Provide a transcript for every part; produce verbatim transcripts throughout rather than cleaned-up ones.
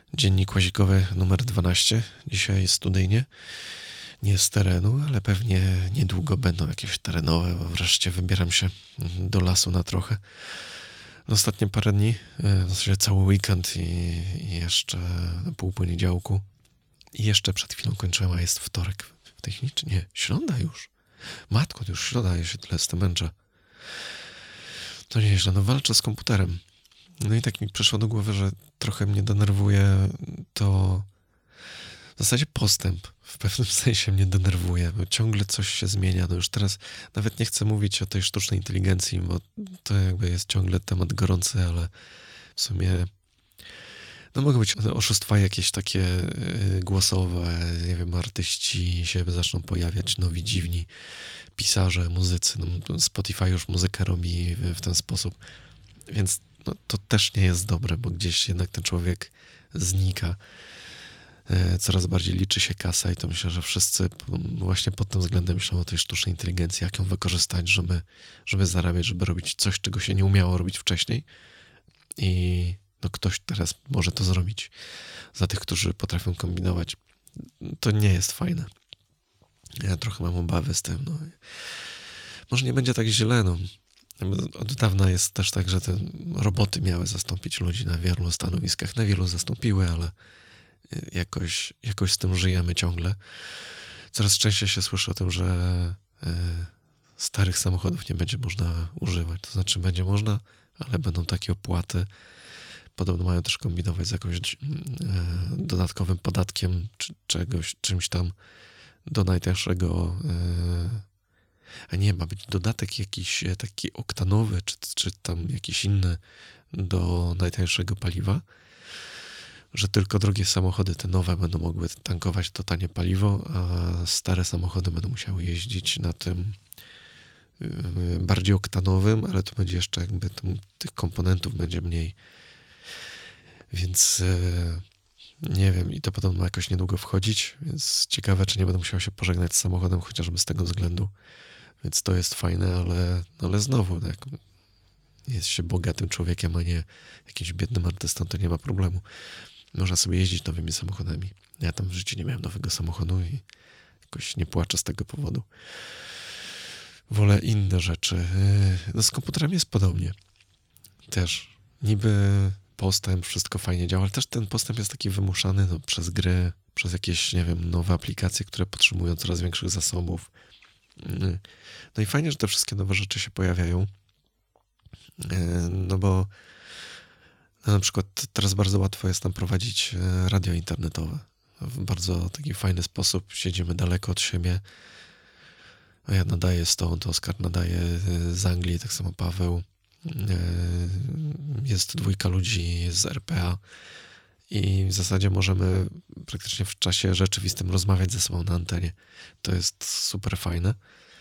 Dziennik łazikowy numer dwanaście. Dzisiaj studyjnie. Nie z terenu, ale pewnie niedługo będą jakieś terenowe, bo wreszcie wybieram się do lasu na trochę. Ostatnie parę dni, w zasadzie cały weekend i, i jeszcze pół poniedziałku. I jeszcze przed chwilą kończyłem, a jest wtorek. W tej chwili, czy nie? Środa już. Matko, to już środa, ja się tyle z tym męczę. To nieźle, no walczę z komputerem. No i tak mi przyszło do głowy, że trochę mnie denerwuje to... W zasadzie postęp w pewnym sensie mnie denerwuje, bo ciągle coś się zmienia. No już teraz nawet nie chcę mówić o tej sztucznej inteligencji, bo to jakby jest ciągle temat gorący, ale w sumie no mogą być oszustwa jakieś takie yy, głosowe, nie wiem, artyści się zaczną pojawiać, nowi, dziwni pisarze, muzycy. No, Spotify już muzykę robi w, w ten sposób, więc no, to też nie jest dobre, bo gdzieś jednak ten człowiek znika. Coraz bardziej liczy się kasa i to myślę, że wszyscy właśnie pod tym względem myślą o tej sztucznej inteligencji, jak ją wykorzystać, żeby, żeby zarabiać, żeby robić coś, czego się nie umiało robić wcześniej. I no ktoś teraz może to zrobić. Za tych, którzy potrafią kombinować. To nie jest fajne. Ja trochę mam obawy z tym. No. Może nie będzie tak źle, no. Od dawna jest też tak, że te roboty miały zastąpić ludzi na wielu stanowiskach. Na wielu zastąpiły, ale jakoś, jakoś z tym żyjemy ciągle. Coraz częściej się słyszy o tym, że y, starych samochodów nie będzie można używać. To znaczy będzie można, ale będą takie opłaty. Podobno mają też kombinować z jakimś y, dodatkowym podatkiem, czy czegoś, czymś tam do najtańszego. Y, a nie, ma być dodatek jakiś taki oktanowy, czy, czy tam jakiś inny do najtańszego paliwa, że tylko drogie samochody, te nowe, będą mogły tankować to tanie paliwo, a stare samochody będą musiały jeździć na tym yy, bardziej oktanowym, ale to będzie jeszcze jakby tym, tych komponentów będzie mniej. Więc yy, nie wiem, i to podobno ma jakoś niedługo wchodzić, więc ciekawe, czy nie będę musiał się pożegnać z samochodem, chociażby z tego względu. Więc to jest fajne, ale, ale znowu, jak jest się bogatym człowiekiem, a nie jakimś biednym artystą, to nie ma problemu. Można sobie jeździć nowymi samochodami. Ja tam w życiu nie miałem nowego samochodu i jakoś nie płaczę z tego powodu. Wolę inne rzeczy. No z komputerem jest podobnie. Też niby postęp, wszystko fajnie działa, ale też ten postęp jest taki wymuszany no, przez gry, przez jakieś, nie wiem, nowe aplikacje, które potrzebują coraz większych zasobów. No i fajnie, że te wszystkie nowe rzeczy się pojawiają. No bo na przykład teraz bardzo łatwo jest nam prowadzić radio internetowe. W bardzo taki fajny sposób. Siedzimy daleko od siebie. Ja nadaję stąd, Oskar nadaje z Anglii, tak samo Paweł. Jest dwójka ludzi z R P A i w zasadzie możemy praktycznie w czasie rzeczywistym rozmawiać ze sobą na antenie. To jest super fajne.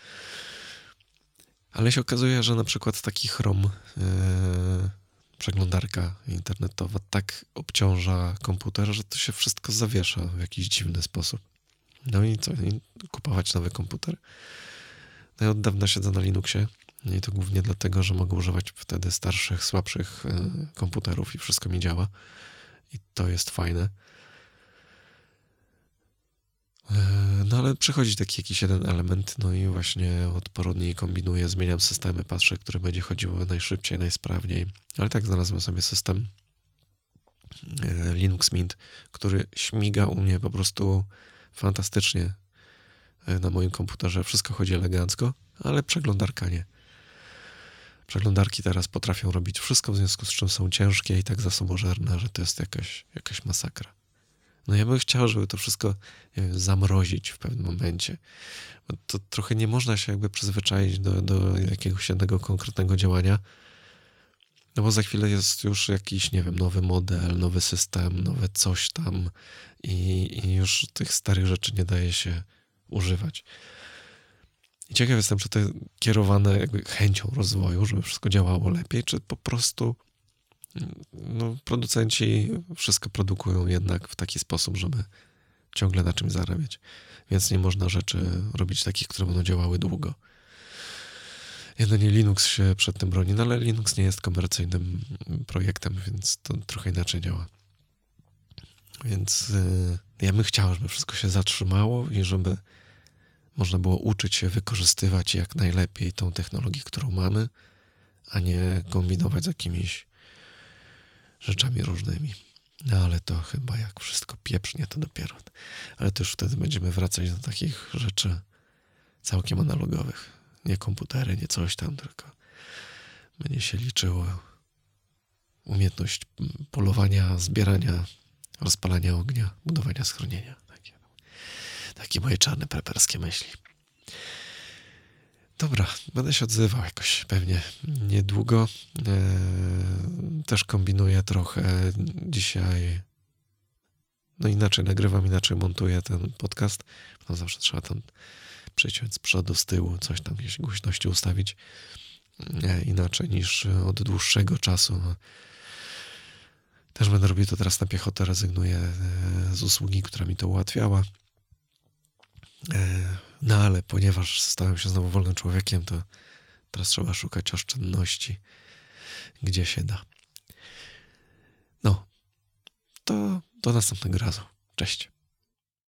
Ale się okazuje, że na przykład taki Chrome, yy, przeglądarka internetowa tak obciąża komputer, że to się wszystko zawiesza w jakiś dziwny sposób. No i co? I kupować nowy komputer? No ja od dawna siedzę na Linuxie i to głównie dlatego, że mogę używać wtedy starszych, słabszych yy, komputerów i wszystko mi działa. I to jest fajne. No ale przychodzi taki jakiś jeden element, no i właśnie od paru dni kombinuję, zmieniam systemy, patrzę, który będzie chodziło najszybciej, najsprawniej. Ale tak znalazłem sobie system Linux Mint, który śmiga u mnie po prostu fantastycznie na moim komputerze. Wszystko chodzi elegancko, ale przeglądarka nie. Przeglądarki teraz potrafią robić wszystko, w związku z czym są ciężkie i tak zasobożerne, że to jest jakaś, jakaś masakra. No ja bym chciał, żeby to wszystko nie wiem, zamrozić w pewnym momencie. Bo to trochę nie można się jakby przyzwyczaić do, do jakiegoś jednego konkretnego działania, no bo za chwilę jest już jakiś, nie wiem, nowy model, nowy system, nowe coś tam i, i już tych starych rzeczy nie daje się używać. I ciekaw jestem, czy to kierowane jakby chęcią rozwoju, żeby wszystko działało lepiej, czy po prostu no, producenci wszystko produkują jednak w taki sposób, żeby ciągle na czymś zarabiać. Więc nie można rzeczy robić takich, które będą działały długo. Jedynie Linux się przed tym broni, no ale Linux nie jest komercyjnym projektem, więc to trochę inaczej działa. Więc yy, ja bym chciał, żeby wszystko się zatrzymało i żeby można było uczyć się wykorzystywać jak najlepiej tą technologię, którą mamy, a nie kombinować z jakimiś rzeczami różnymi. No ale to chyba jak wszystko pieprznie, to dopiero. Ale to już wtedy będziemy wracać do takich rzeczy całkiem analogowych. Nie komputery, nie coś tam, tylko będzie się liczyło umiejętność polowania, zbierania, rozpalania ognia, budowania schronienia. Takie, takie moje czarne preperskie myśli. Dobra, będę się odzywał jakoś pewnie niedługo. Eee, też kombinuję trochę dzisiaj. No inaczej nagrywam, inaczej montuję ten podcast. No zawsze trzeba tam przeciąć z przodu, z tyłu, coś tam, jakieś głośności ustawić. Nie, inaczej niż od dłuższego czasu. Też będę robił to teraz na piechotę, rezygnuję z usługi, która mi to ułatwiała. No ale ponieważ stałem się znowu wolnym człowiekiem, to teraz trzeba szukać oszczędności, gdzie się da. No, to do następnego razu. Cześć.